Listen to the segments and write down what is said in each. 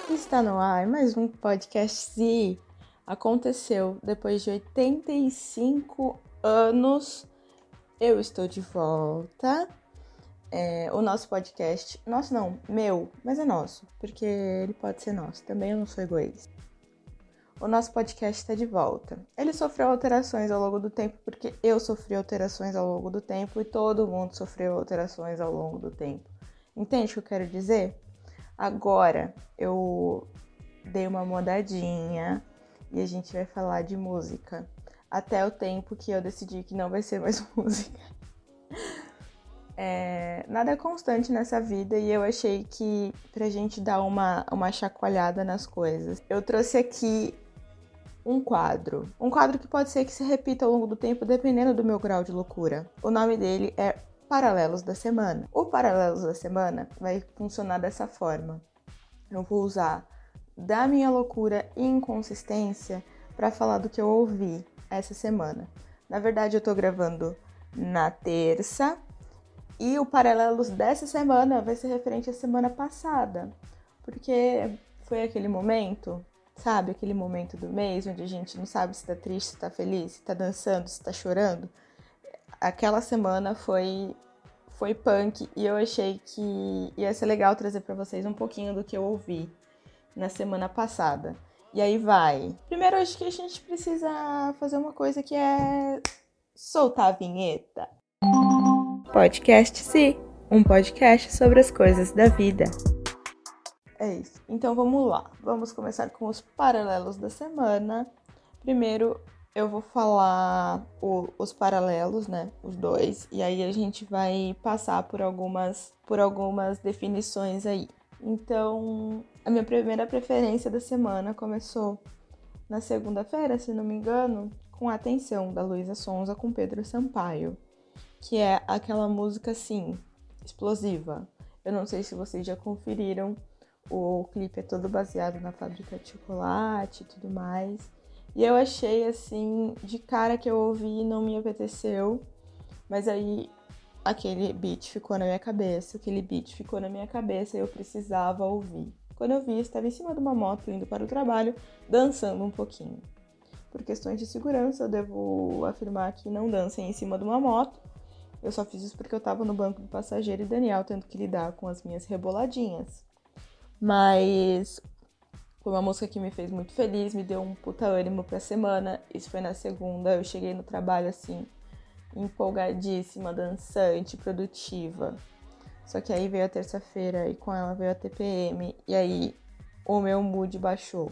Está no ar mais um podcast e aconteceu depois de 85 anos. Eu estou de volta. O nosso podcast, nosso não, meu, mas é nosso, porque ele pode ser nosso, também eu não sou egoísta. O nosso podcast está de volta. Ele sofreu alterações ao longo do tempo, porque eu sofri alterações ao longo do tempo e todo mundo sofreu alterações ao longo do tempo. Entende o que eu quero dizer? Agora eu dei uma mudadinha e a gente vai falar de música. Até o tempo que eu decidi que não vai ser mais música. Nada é constante nessa vida e eu achei que pra gente dar uma chacoalhada nas coisas, eu trouxe aqui um quadro. Um quadro que pode ser que se repita ao longo do tempo, dependendo do meu grau de loucura. O nome dele é Paralelos da Semana. O Paralelos da Semana vai funcionar dessa forma. Eu vou usar da minha loucura e inconsistência para falar do que eu ouvi essa semana. Na verdade, eu tô gravando na terça e o Paralelos dessa semana vai ser referente à semana passada, porque foi aquele momento, sabe? Aquele momento do mês onde a gente não sabe se tá triste, se tá feliz, se tá dançando, se tá chorando. Aquela semana foi punk e eu achei que ia ser legal trazer para vocês um pouquinho do que eu ouvi na semana passada. E aí vai. Primeiro, acho que a gente precisa fazer uma coisa que é soltar a vinheta. Podcast Sim, um podcast sobre as coisas da vida. É isso. Então vamos lá. Vamos começar com os paralelos da semana. Primeiro, eu vou falar os paralelos, né? Os dois. E aí a gente vai passar por algumas definições aí. Então, a minha primeira preferência da semana começou na segunda-feira, se não me engano, com a Atenção, da Luísa Sonza com Pedro Sampaio, que é aquela música, assim, explosiva. Eu não sei se vocês já conferiram, o clipe é todo baseado na fábrica de chocolate e tudo mais. E eu achei, assim, de cara que eu ouvi e não me apeteceu, mas aí aquele beat ficou na minha cabeça e eu precisava ouvir. Quando eu vi, eu estava em cima de uma moto indo para o trabalho, dançando um pouquinho. Por questões de segurança, eu devo afirmar que não dancem em cima de uma moto. Eu só fiz isso porque eu estava no banco do passageiro e Daniel tendo que lidar com as minhas reboladinhas. Mas foi uma música que me fez muito feliz, me deu um puta ânimo pra semana. Isso foi na segunda, eu cheguei no trabalho assim, empolgadíssima, dançante, produtiva. Só que aí veio a terça-feira e com ela veio a TPM e aí o meu mood baixou.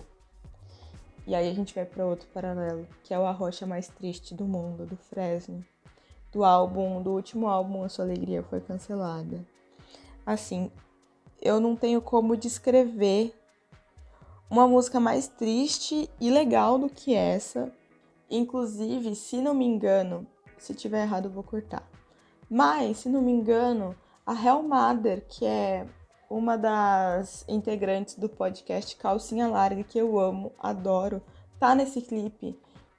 E aí a gente vai para outro paralelo, que é o A Rocha Mais Triste do Mundo, do Fresno. Do último álbum, A Sua Alegria Foi Cancelada. Assim, eu não tenho como descrever uma música mais triste e legal do que essa. Inclusive, se não me engano, se tiver errado eu vou cortar. Mas, se não me engano, a Hel Mader, que é uma das integrantes do podcast Calcinha Larga, que eu amo, adoro, tá nesse clipe.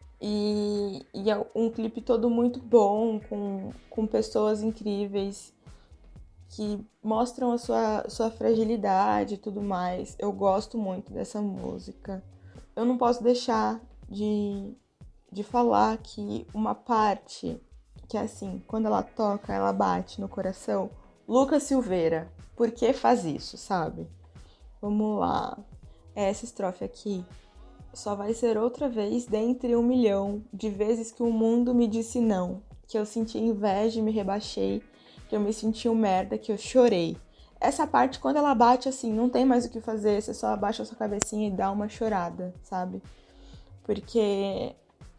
E é um clipe todo muito bom, com pessoas incríveis que mostram a sua fragilidade e tudo mais. Eu gosto muito dessa música. Eu não posso deixar de falar que uma parte que é assim, quando ela toca, ela bate no coração. Lucas Silveira, por que faz isso, sabe? Vamos lá. Essa estrofe aqui só vai ser outra vez dentre 1 milhão de vezes que o mundo me disse não, que eu senti inveja e me rebaixei, que eu me senti um merda, que eu chorei. Essa parte, quando ela bate assim, não tem mais o que fazer, você só abaixa a sua cabecinha e dá uma chorada, sabe? Porque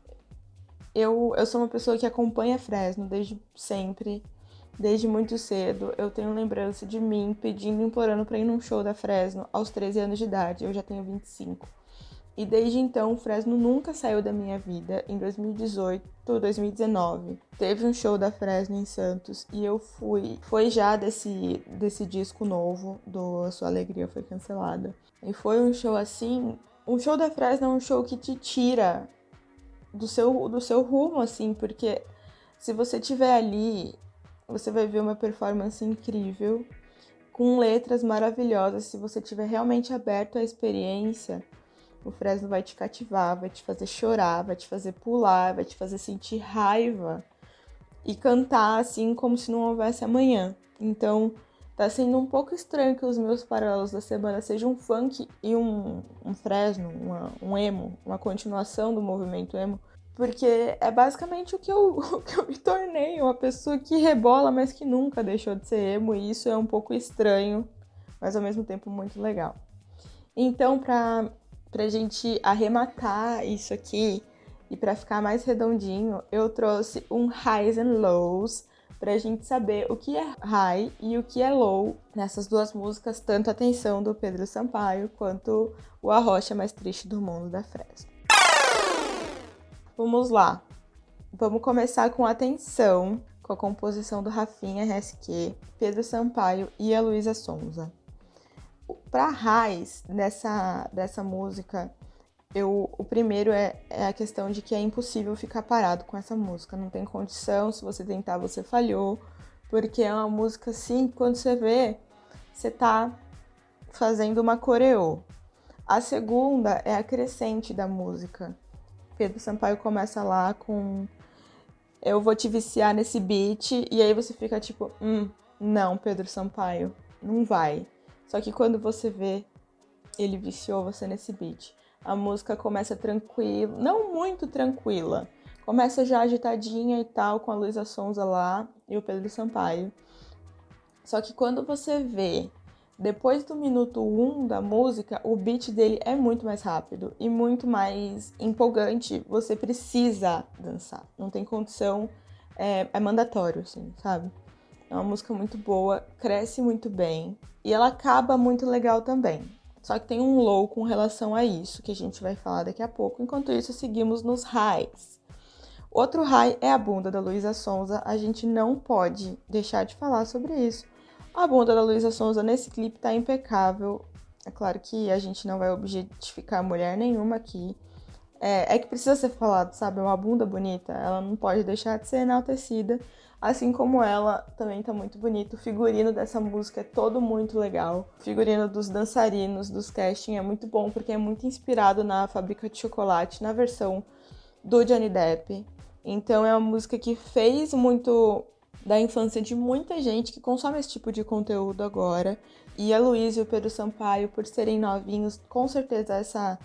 eu sou uma pessoa que acompanha Fresno desde sempre, desde muito cedo. Eu tenho lembrança de mim pedindo, implorando pra ir num show da Fresno aos 13 anos de idade, eu já tenho 25. E desde então, o Fresno nunca saiu da minha vida. Em 2018, 2019, teve um show da Fresno em Santos e eu fui. Foi já desse disco novo, do A Sua Alegria Foi Cancelada. E foi um show assim... Um show da Fresno é um show que te tira do seu rumo, assim, porque se você estiver ali, você vai ver uma performance incrível com letras maravilhosas. Se você estiver realmente aberto à experiência, o Fresno vai te cativar, vai te fazer chorar, vai te fazer pular, vai te fazer sentir raiva e cantar assim como se não houvesse amanhã. Então, tá sendo um pouco estranho que os meus paralelos da semana sejam um funk e um Fresno, um emo, uma continuação do movimento emo, porque é basicamente o que eu me tornei, uma pessoa que rebola, mas que nunca deixou de ser emo, e isso é um pouco estranho, mas ao mesmo tempo muito legal. Então, pra gente arrematar isso aqui, e para ficar mais redondinho, eu trouxe um highs and lows pra gente saber o que é high e o que é low nessas duas músicas, tanto Atenção do Pedro Sampaio quanto o Arrocha Mais Triste do Mundo da Fresno. Vamos lá. Vamos começar com Atenção, com a composição do Rafinha RSQ, Pedro Sampaio e a Luísa Sonza. Para highs dessa música, o primeiro é a questão de que é impossível ficar parado com essa música. Não tem condição, se você tentar, você falhou. Porque é uma música assim, quando você vê, você tá fazendo uma coreô. A segunda é a crescente da música. Pedro Sampaio começa lá com eu vou te viciar nesse beat. E aí você fica tipo, não, Pedro Sampaio, não vai. Só que quando você vê, ele viciou você nesse beat. A música começa tranquila, não muito tranquila. Começa já agitadinha e tal, com a Luísa Sonza lá e o Pedro Sampaio. Só que quando você vê, depois do minuto 1 da música, o beat dele é muito mais rápido e muito mais empolgante. Você precisa dançar, não tem condição, é mandatório, assim, sabe? É uma música muito boa, cresce muito bem e ela acaba muito legal também. Só que tem um low com relação a isso, que a gente vai falar daqui a pouco. Enquanto isso, seguimos nos highs. Outro high é a bunda da Luísa Sonza. A gente não pode deixar de falar sobre isso. A bunda da Luísa Sonza nesse clipe tá impecável. É claro que a gente não vai objetificar mulher nenhuma aqui. É que precisa ser falado, sabe? É uma bunda bonita. Ela não pode deixar de ser enaltecida. Assim como ela, também tá muito bonito. O figurino dessa música é todo muito legal. O figurino dos dançarinos, dos casting é muito bom, porque é muito inspirado na Fábrica de Chocolate, na versão do Johnny Depp. Então é uma música que fez muito da infância de muita gente que consome esse tipo de conteúdo agora. E a Luísa e o Pedro Sampaio, por serem novinhos, com certeza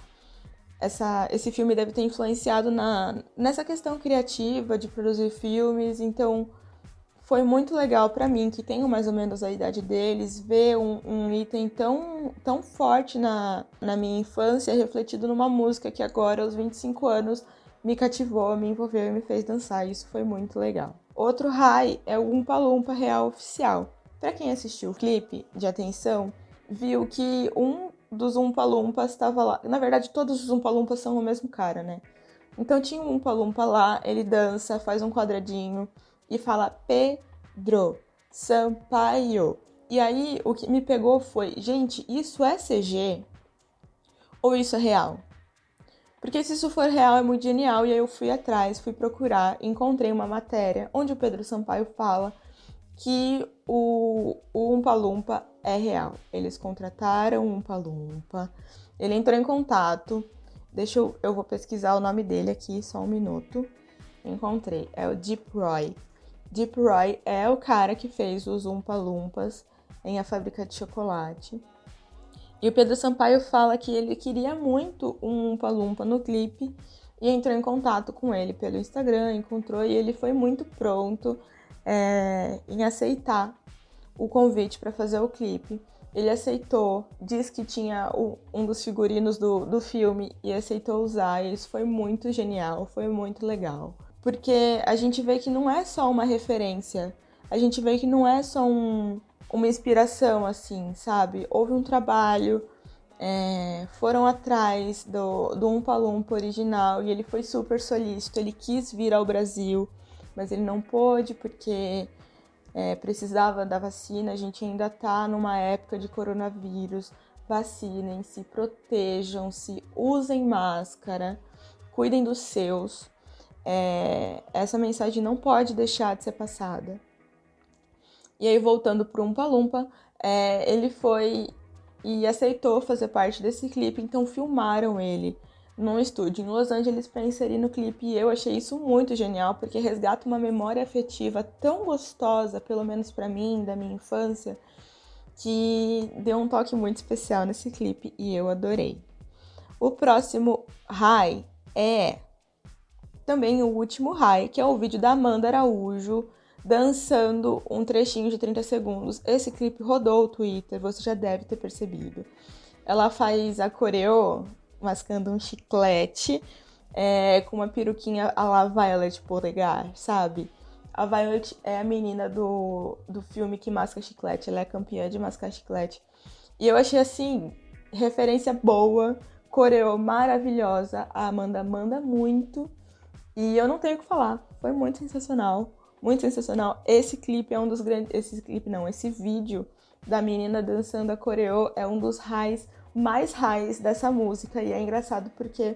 esse filme deve ter influenciado nessa questão criativa de produzir filmes. Então foi muito legal pra mim, que tenho mais ou menos a idade deles, ver um item tão forte na minha infância refletido numa música que agora, aos 25 anos, me cativou, me envolveu e me fez dançar. Isso foi muito legal. Outro high é o Oompa Loompa Real Oficial. Pra quem assistiu o clipe de Atenção, viu que um dos Oompa Loompas estava lá. Na verdade, todos os Oompa Loompas são o mesmo cara, né? Então tinha um Oompa Loompa lá, ele dança, faz um quadradinho e fala Pedro Sampaio. E aí, o que me pegou foi, gente, isso é CG ou isso é real? Porque se isso for real, é muito genial. E aí eu fui atrás, fui procurar, encontrei uma matéria onde o Pedro Sampaio fala que o Oompa Loompa é real. Eles contrataram o Oompa Loompa, ele entrou em contato. Eu vou pesquisar o nome dele aqui, só um minuto. Encontrei, é o Deep Roy. Deep Roy é o cara que fez os Oompa Loompas em A Fábrica de Chocolate. E o Pedro Sampaio fala que ele queria muito um Oompa Loompa no clipe e entrou em contato com ele pelo Instagram, encontrou, e ele foi muito pronto em aceitar o convite para fazer o clipe. Ele aceitou, disse que tinha um dos figurinos do filme e aceitou usar, e isso foi muito genial, foi muito legal. Porque a gente vê que não é só uma referência, a gente vê que não é só uma inspiração, assim, sabe? Houve um trabalho, foram atrás do Oompa Loompa original e ele foi super solícito, ele quis vir ao Brasil, mas ele não pôde porque precisava da vacina. A gente ainda tá numa época de coronavírus. Vacinem-se, protejam-se, usem máscara, cuidem dos seus. Essa mensagem não pode deixar de ser passada. E aí, voltando pro Oompa Loompa, Ele foi e aceitou fazer parte desse clipe, então filmaram ele num estúdio em Los Angeles para inserir no clipe, e eu achei isso muito genial, porque resgata uma memória afetiva tão gostosa, pelo menos para mim, da minha infância, que deu um toque muito especial nesse clipe e eu adorei. O próximo high é também o último high, que é o vídeo da Amanda Araújo dançando um trechinho de 30 segundos. Esse clipe rodou o Twitter, você já deve ter percebido. Ela faz a coreô mascando um chiclete com uma peruquinha à la Violet Beauregar, sabe? A Violet é a menina do filme que masca chiclete, ela é campeã de mascar chiclete. E eu achei, assim, referência boa, coreô maravilhosa, a Amanda manda muito. E eu não tenho o que falar, foi muito sensacional, muito sensacional. Esse clipe é um dos grandes... Esse vídeo da menina dançando a coreô é um dos highs, mais highs dessa música. E é engraçado porque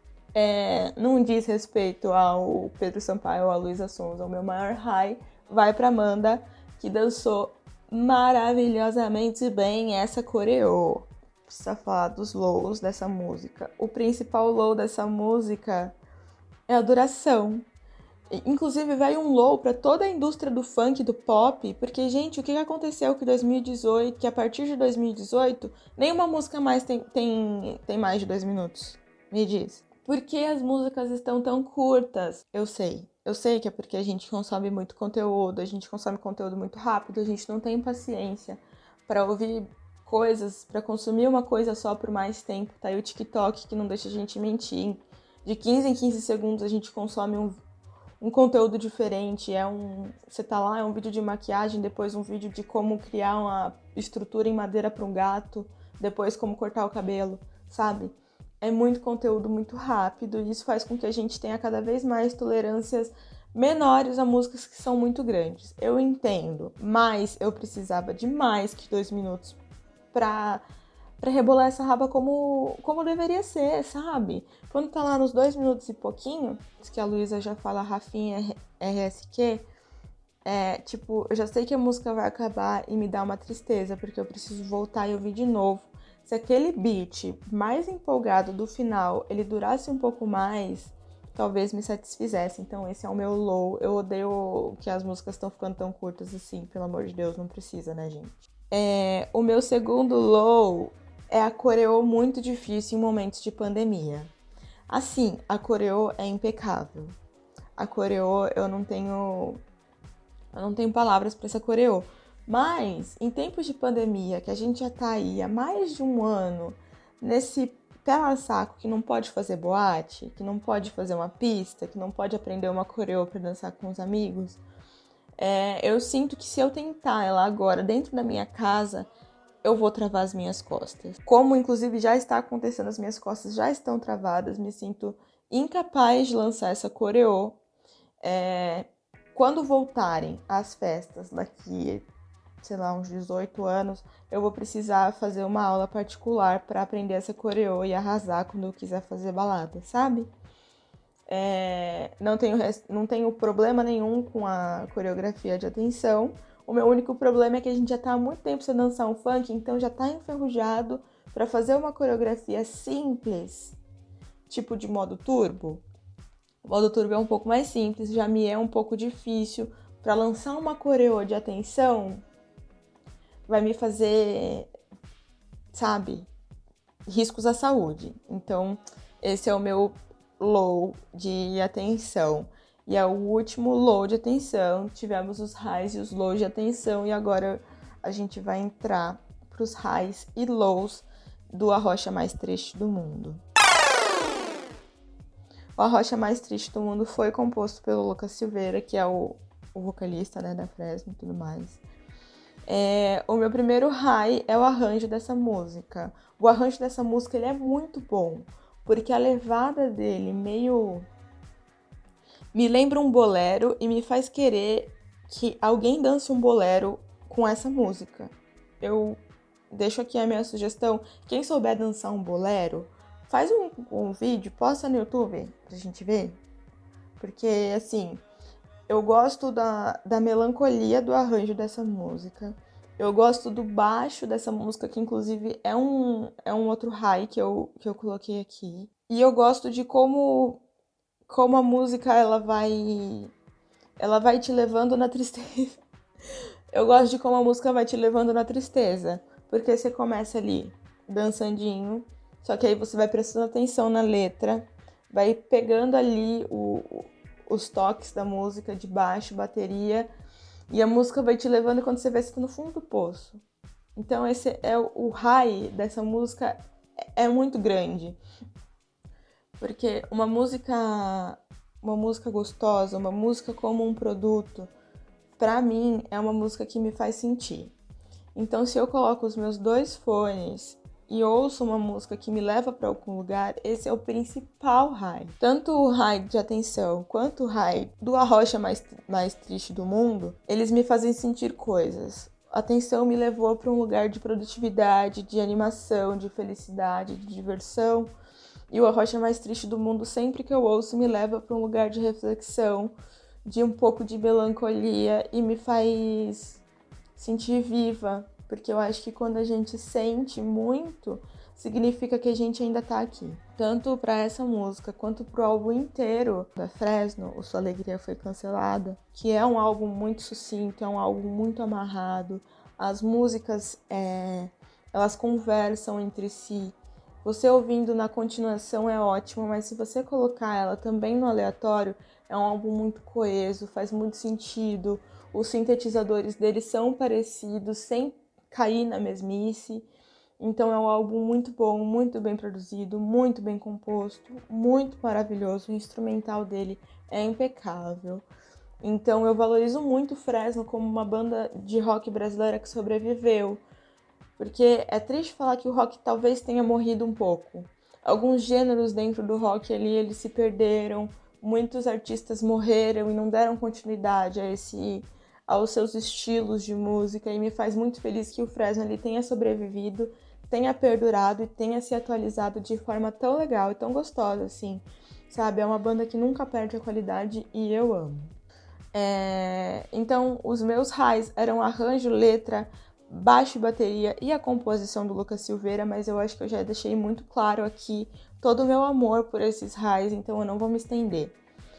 não diz respeito ao Pedro Sampaio ou a Luísa Sonza. O meu maior high vai pra Amanda, que dançou maravilhosamente bem essa coreô. Precisa falar dos lows dessa música. O principal low dessa música é a duração. Inclusive, veio um low para toda a indústria do funk, do pop, porque, gente, o que aconteceu que 2018, que a partir de 2018, nenhuma música mais tem mais de 2 minutos? Me diz. Por que as músicas estão tão curtas? Eu sei que é porque a gente consome muito conteúdo, a gente consome conteúdo muito rápido, a gente não tem paciência para ouvir coisas, para consumir uma coisa só por mais tempo. Tá aí o TikTok que não deixa a gente mentir. De 15 em 15 segundos a gente consome um conteúdo diferente. Você tá lá, é um vídeo de maquiagem, depois um vídeo de como criar uma estrutura em madeira para um gato, depois como cortar o cabelo, sabe? É muito conteúdo muito rápido e isso faz com que a gente tenha cada vez mais tolerâncias menores a músicas que são muito grandes. Eu entendo, mas eu precisava de mais que 2 minutos pra rebolar essa raba como deveria ser, sabe? Quando tá lá nos 2 minutos e pouquinho, que a Luísa já fala Rafinha RSQ, eu já sei que a música vai acabar e me dá uma tristeza, porque eu preciso voltar e ouvir de novo. Se aquele beat mais empolgado do final, ele durasse um pouco mais, talvez me satisfizesse. Então esse é o meu low. Eu odeio que as músicas estão ficando tão curtas assim, pelo amor de Deus, não precisa, né, gente? O meu segundo low é a coreô muito difícil em momentos de pandemia. Assim, a coreô é impecável. A coreô, eu não tenho palavras para essa coreô. Mas, em tempos de pandemia, que a gente já tá aí há mais de um ano, nesse pela-saco que não pode fazer boate, que não pode fazer uma pista, que não pode aprender uma coreô para dançar com os amigos, eu sinto que se eu tentar ela agora dentro da minha casa, eu vou travar as minhas costas. Como, inclusive, já está acontecendo, as minhas costas já estão travadas, me sinto incapaz de lançar essa coreô. Quando voltarem às festas daqui, sei lá, uns 18 anos, eu vou precisar fazer uma aula particular para aprender essa coreô e arrasar quando eu quiser fazer balada, sabe? Não tenho problema nenhum com a coreografia de atenção. O meu único problema é que a gente já tá há muito tempo sem dançar um funk, então já tá enferrujado para fazer uma coreografia simples, tipo de modo turbo. O modo turbo é um pouco mais simples, já me é um pouco difícil. Para lançar uma coreô de atenção, vai me fazer, sabe, riscos à saúde. Então, esse é o meu low de atenção. E é o último low de atenção. Tivemos os highs e os lows de atenção. E agora a gente vai entrar para os highs e lows do A Rocha Mais Triste do Mundo. O A Rocha Mais Triste do Mundo foi composto pelo Lucas Silveira, que é o vocalista, né, da Fresno e tudo mais. O meu primeiro high é o arranjo dessa música. O arranjo dessa música ele é muito bom, porque a levada dele meio me lembra um bolero e me faz querer que alguém dance um bolero com essa música. Eu deixo aqui a minha sugestão. Quem souber dançar um bolero, faz um vídeo, posta no YouTube pra gente ver. Porque, assim, eu gosto da melancolia do arranjo dessa música. Eu gosto do baixo dessa música, que inclusive é um outro high que eu coloquei aqui. E eu gosto de como a música ela vai te levando na tristeza. Eu gosto de como a música vai te levando na tristeza, porque você começa ali dançandinho, só que aí você vai prestando atenção na letra, vai pegando ali os toques da música de baixo, bateria, e a música vai te levando quando você vê você tá no fundo do poço. Então esse é o high dessa música é muito grande, porque uma música gostosa, uma música como um produto, pra mim é uma música que me faz sentir. Então, se eu coloco os meus 2 fones e ouço uma música que me leva para algum lugar, esse é o principal high. Tanto o high de atenção quanto o high do Arrocha mais triste do mundo, eles me fazem sentir coisas. A atenção me levou para um lugar de produtividade, de animação, de felicidade, de diversão. E o Arrocha mais triste do mundo, sempre que eu ouço, me leva para um lugar de reflexão, de um pouco de melancolia e me faz sentir viva, porque eu acho que quando a gente sente muito, significa que a gente ainda tá aqui. Tanto para essa música quanto pro álbum inteiro da Fresno, O Sua Alegria Foi Cancelada, que é um álbum muito sucinto, é um álbum muito amarrado. As músicas, elas conversam entre si. Você ouvindo na continuação é ótimo, mas se você colocar ela também no aleatório, é um álbum muito coeso, faz muito sentido. Os sintetizadores dele são parecidos, sem cair na mesmice. Então é um álbum muito bom, muito bem produzido, muito bem composto, muito maravilhoso. O instrumental dele é impecável. Então eu valorizo muito o Fresno como uma banda de rock brasileira que sobreviveu. Porque é triste falar que o rock talvez tenha morrido um pouco. Alguns gêneros dentro do rock ali, eles se perderam. Muitos artistas morreram e não deram continuidade aos seus estilos de música. E me faz muito feliz que o Fresno ele tenha sobrevivido, tenha perdurado e tenha se atualizado de forma tão legal e tão gostosa, assim. Sabe? É uma banda que nunca perde a qualidade e eu amo. Então, os meus highs eram arranjo, letra, baixo e bateria e a composição do Lucas Silveira, mas eu acho que eu já deixei muito claro aqui todo o meu amor por esses highs, então eu não vou me estender.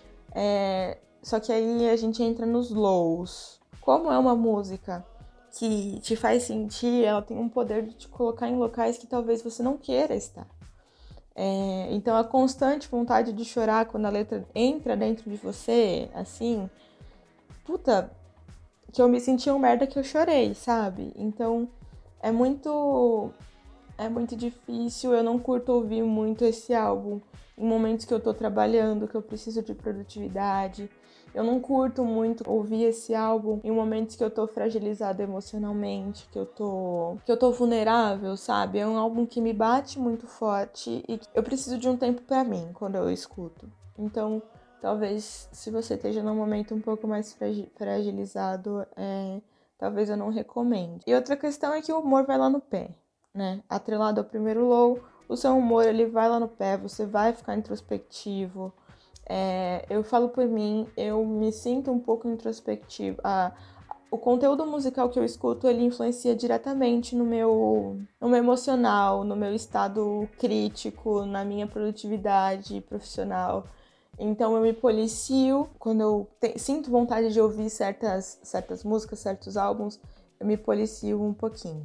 Só que aí a gente entra nos lows. Como é uma música que te faz sentir, ela tem um poder de te colocar em locais que talvez você não queira estar. Então a constante vontade de chorar quando a letra entra dentro de você, assim, puta, que eu me senti um merda que eu chorei, sabe? Então é muito difícil, eu não curto ouvir muito esse álbum em momentos que eu tô trabalhando, que eu preciso de produtividade. Eu não curto muito ouvir esse álbum em momentos que eu tô fragilizada emocionalmente, que eu tô vulnerável, sabe? É um álbum que me bate muito forte e eu preciso de um tempo pra mim quando eu escuto. Então, talvez se você esteja num momento um pouco mais fragilizado, talvez eu não recomende. E outra questão é que o humor vai lá no pé, né? Atrelado ao primeiro low, o seu humor ele vai lá no pé, você vai ficar introspectivo. Eu falo por mim, eu me sinto um pouco introspectivo. O conteúdo musical que eu escuto, ele influencia diretamente no meu emocional, no meu estado crítico, na minha produtividade profissional. Então eu me policio quando eu sinto vontade de ouvir certas músicas, certos álbuns, eu me policio um pouquinho.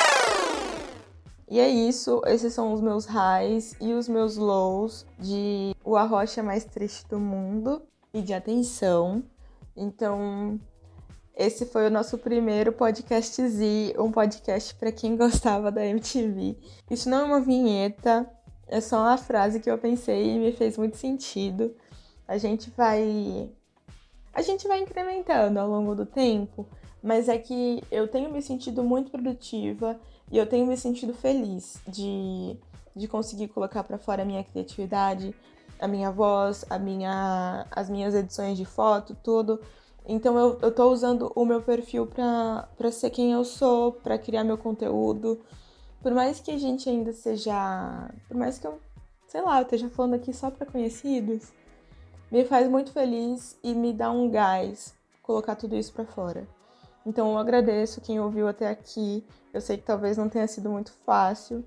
E é isso, esses são os meus highs e os meus lows de O Arrocha Mais Triste do Mundo e de Atenção. Então, esse foi o nosso primeiro podcast Z, um podcast para quem gostava da MTV. Isso não é uma vinheta, é só uma frase que eu pensei e me fez muito sentido. A gente vai incrementando ao longo do tempo, mas é que eu tenho me sentido muito produtiva e eu tenho me sentido feliz de conseguir colocar para fora a minha criatividade, a minha voz, as minhas edições de foto, tudo. Então eu tô usando o meu perfil pra ser quem eu sou, pra criar meu conteúdo. Por mais que a gente ainda seja... Por mais que eu, sei lá, eu esteja falando aqui só pra conhecidos, me faz muito feliz e me dá um gás colocar tudo isso pra fora. Então eu agradeço quem ouviu até aqui. Eu sei que talvez não tenha sido muito fácil,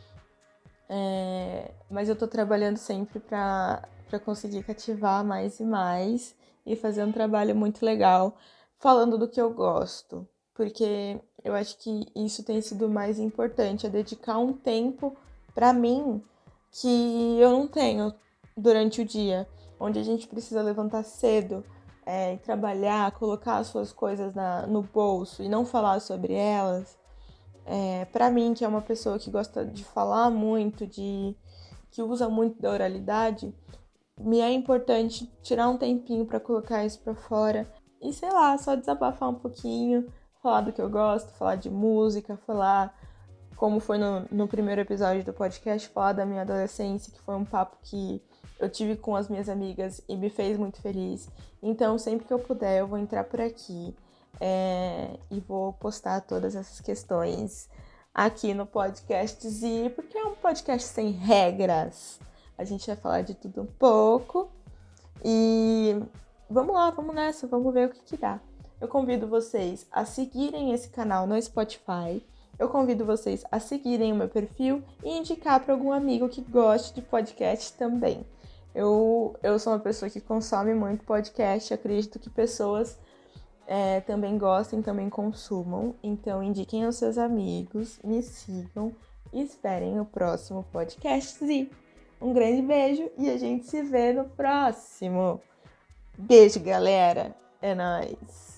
mas eu tô trabalhando sempre pra conseguir cativar mais e mais e fazer um trabalho muito legal falando do que eu gosto. Porque eu acho que isso tem sido o mais importante, é dedicar um tempo pra mim que eu não tenho durante o dia, onde a gente precisa levantar cedo, e trabalhar, colocar as suas coisas no bolso e não falar sobre elas. Pra mim, que é uma pessoa que gosta de falar muito, que usa muito da oralidade, me é importante tirar um tempinho pra colocar isso pra fora e, sei lá, só desabafar um pouquinho, falar do que eu gosto, falar de música, falar como foi no primeiro episódio do podcast, falar da minha adolescência, que foi um papo que eu tive com as minhas amigas e me fez muito feliz. Então, sempre que eu puder, eu vou entrar por aqui e vou postar todas essas questões aqui no podcast Z, porque é um podcast sem regras. A gente vai falar de tudo um pouco e vamos lá, vamos nessa, vamos ver o que dá. Eu convido vocês a seguirem esse canal no Spotify. Eu convido vocês a seguirem o meu perfil e indicar para algum amigo que goste de podcast também. Eu sou uma pessoa que consome muito podcast, acredito que pessoas também gostem, também consumam. Então indiquem aos seus amigos, me sigam e esperem o próximo podcast. Um grande beijo e a gente se vê no próximo. Beijo, galera. É nóis.